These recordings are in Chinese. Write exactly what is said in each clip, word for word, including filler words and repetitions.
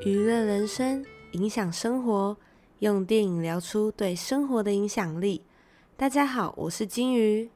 娱乐人生，影响生活，用电影聊出对生活的影响力。大家好，我是金鱼。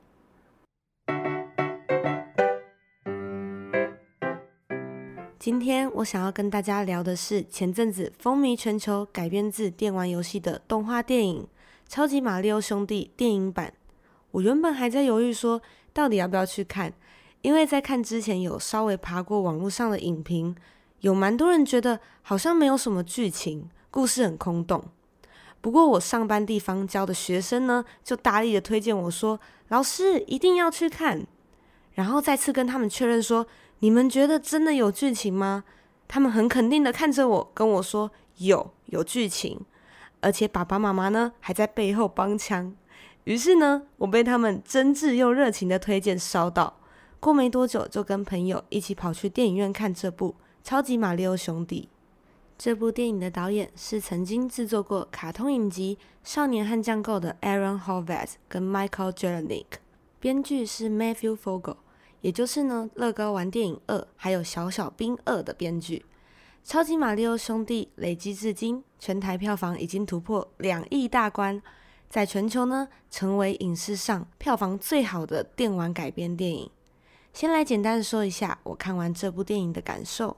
今天我想要跟大家聊的是前阵子风靡全球、改编自电玩游戏的动画电影《超级马里奥兄弟》电影版。我原本还在犹豫说到底要不要去看，因为在看之前有稍微爬过网络上的影评，有蛮多人觉得好像没有什么剧情，故事很空洞。不过我上班地方教的学生呢，就大力的推荐我说，老师一定要去看。然后再次跟他们确认说，你们觉得真的有剧情吗？他们很肯定的看着我，跟我说有，有剧情。而且爸爸妈妈呢，还在背后帮腔。于是呢，我被他们真挚又热情的推荐烧到。过没多久，就跟朋友一起跑去电影院看这部超级马里奥兄弟。这部电影的导演是曾经制作过卡通影集《少年悍将购》的 Aaron Horvath 跟 Michael Jelenic， 编剧是 Matthew Vogel， 也就是呢乐高玩电影二还有小小兵二的编剧。超级马里奥兄弟累积至今全台票房已经突破两亿大关，在全球呢成为影视上票房最好的电玩改编电影。先来简单说一下我看完这部电影的感受。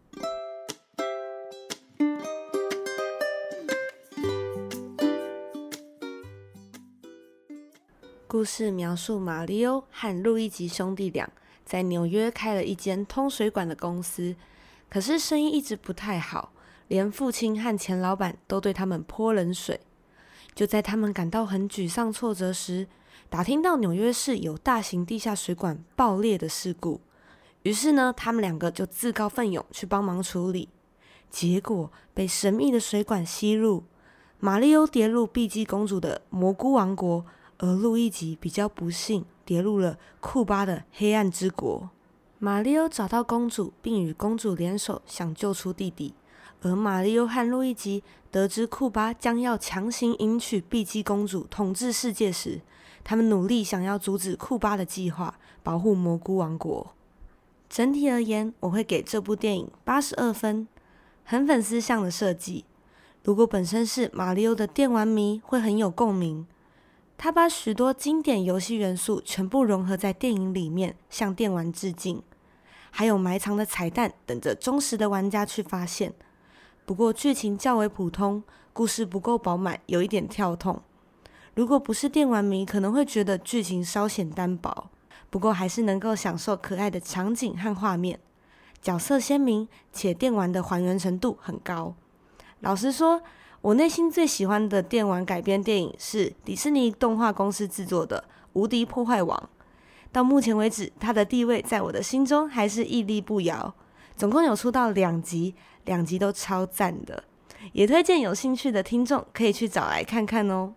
故事描述马里欧和路易吉兄弟俩在纽约开了一间通水管的公司，可是生意一直不太好，连父亲和前老板都对他们泼冷水。就在他们感到很沮丧挫折时，打听到纽约市有大型地下水管爆裂的事故，于是呢，他们两个就自告奋勇去帮忙处理。结果被神秘的水管吸入，马里欧跌入碧姬公主的蘑菇王国，而路易吉比较不幸跌入了库巴的黑暗之国。马里欧找到公主，并与公主联手想救出弟弟，而马里欧和路易吉得知库巴将要强行迎娶碧姬公主统治世界时，他们努力想要阻止库巴的计划，保护蘑菇王国。整体而言，我会给这部电影八十二分，很粉丝向的设计。如果本身是马里欧的电玩迷，会很有共鸣。他把许多经典游戏元素全部融合在电影里面，向电玩致敬，还有埋藏的彩蛋等着忠实的玩家去发现。不过剧情较为普通，故事不够饱满，有一点跳痛。如果不是电玩迷，可能会觉得剧情稍显单薄，不过还是能够享受可爱的场景和画面，角色鲜明，且电玩的还原程度很高。老实说，我内心最喜欢的电玩改编电影是迪士尼动画公司制作的《无敌破坏王》，到目前为止，它的地位在我的心中还是屹立不摇。总共有出到两集，两集都超赞的，也推荐有兴趣的听众可以去找来看看哦。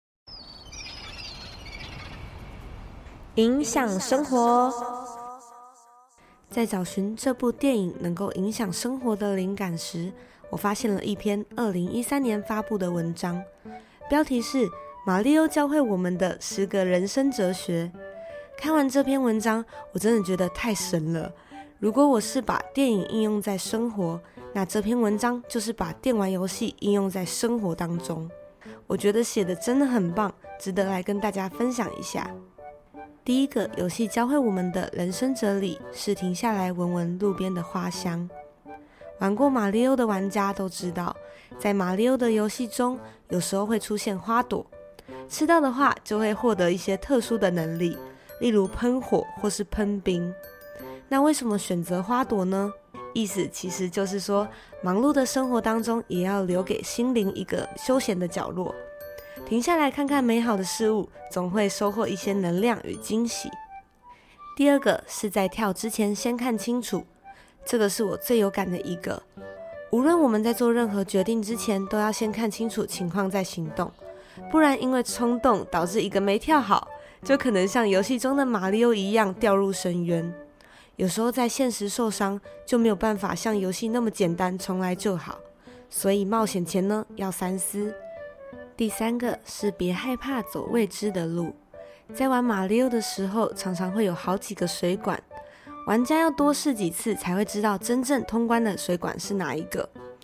影响生活，在找寻这部电影能够影响生活的灵感时，我发现了一篇二零一三年发布的文章，标题是《马里欧教会我们的十个人生哲学》。看完这篇文章，我真的觉得太神了。如果我是把电影应用在生活，那这篇文章就是把电玩游戏应用在生活当中。我觉得写的真的很棒，值得来跟大家分享一下。第一个游戏教会我们的人生哲理是停下来闻闻路边的花香。玩过马里欧的玩家都知道，在马里欧的游戏中，有时候会出现花朵，吃到的话就会获得一些特殊的能力，例如喷火或是喷冰。那为什么选择花朵呢？意思其实就是说，忙碌的生活当中也要留给心灵一个休闲的角落，停下来看看美好的事物，总会收获一些能量与惊喜。第二个是在跳之前先看清楚，这个是我最有感的一个。无论我们在做任何决定之前，都要先看清楚情况再行动，不然因为冲动导致一个没跳好，就可能像游戏中的马里欧一样掉入深渊。有时候在现实受伤，就没有办法像游戏那么简单重来就好，所以冒险前呢要三思。第三个是别害怕走未知的路。在玩马里欧的时候，常常会有好几个水管，玩家要多试几次才会知道真正通关的水管是哪一个。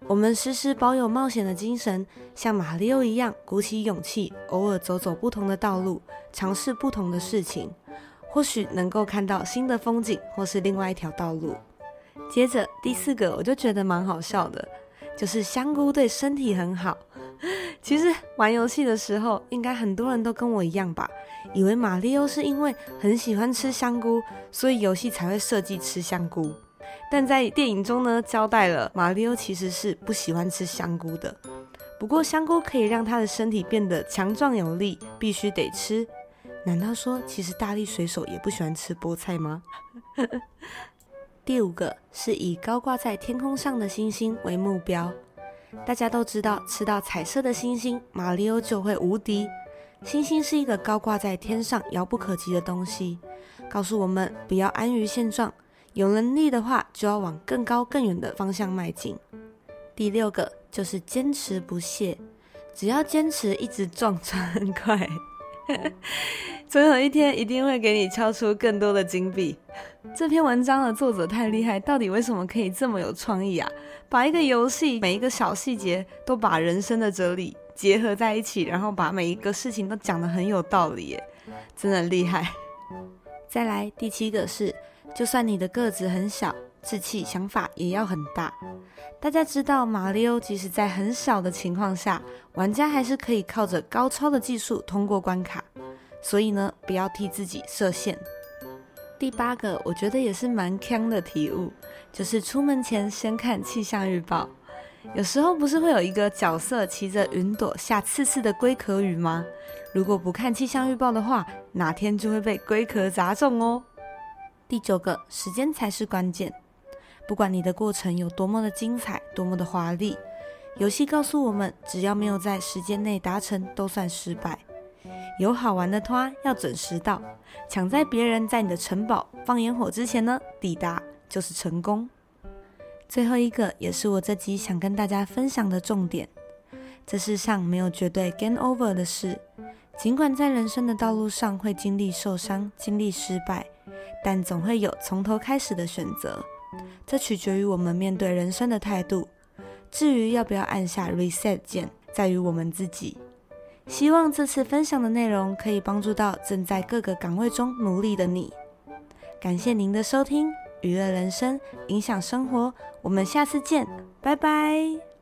我们时时保有冒险的精神，像马里奥一样鼓起勇气，偶尔走走不同的道路，尝试不同的事情，或许能够看到新的风景，或是另外一条道路。接着第四个我就觉得蛮好笑的，就是香菇对身体很好。其实玩游戏的时候，应该很多人都跟我一样吧，以为马里奥是因为很喜欢吃香菇，所以游戏才会设计吃香菇。但在电影中呢，交代了马里奥其实是不喜欢吃香菇的。不过香菇可以让他的身体变得强壮有力，必须得吃。难道说其实大力水手也不喜欢吃菠菜吗？第五个是以高挂在天空上的星星为目标。大家都知道，吃到彩色的星星，马里奥就会无敌。星星是一个高挂在天上遥不可及的东西，告诉我们不要安于现状，有能力的话就要往更高更远的方向迈进。第六个就是坚持不懈，只要坚持一直撞船很快，总有一天一定会给你敲出更多的金币。这篇文章的作者太厉害，到底为什么可以这么有创意啊？把一个游戏每一个小细节都把人生的哲理结合在一起，然后把每一个事情都讲得很有道理耶，真的厉害。再来第七个是，就算你的个子很小，志气想法也要很大。大家知道马里奥即使在很小的情况下，玩家还是可以靠着高超的技术通过关卡，所以呢，不要替自己设限。第八个我觉得也是蛮鏘的体悟，就是出门前先看气象预报。有时候不是会有一个角色骑着云朵下刺刺的龟壳雨吗？如果不看气象预报的话，哪天就会被龟壳砸中哦。第九个，时间才是关键。不管你的过程有多么的精彩，多么的华丽，游戏告诉我们，只要没有在时间内达成，都算失败。有好玩的拖要准时到，抢在别人在你的城堡放烟火之前呢，抵达就是成功。最后一个也是我这集想跟大家分享的重点，这世上没有绝对 game over 的事，尽管在人生的道路上会经历受伤，经历失败，但总会有从头开始的选择，这取决于我们面对人生的态度。至于要不要按下 reset 键，在于我们自己。希望这次分享的内容可以帮助到正在各个岗位中努力的你。感谢您的收听，娱乐人生，影响生活，我们下次见，拜拜。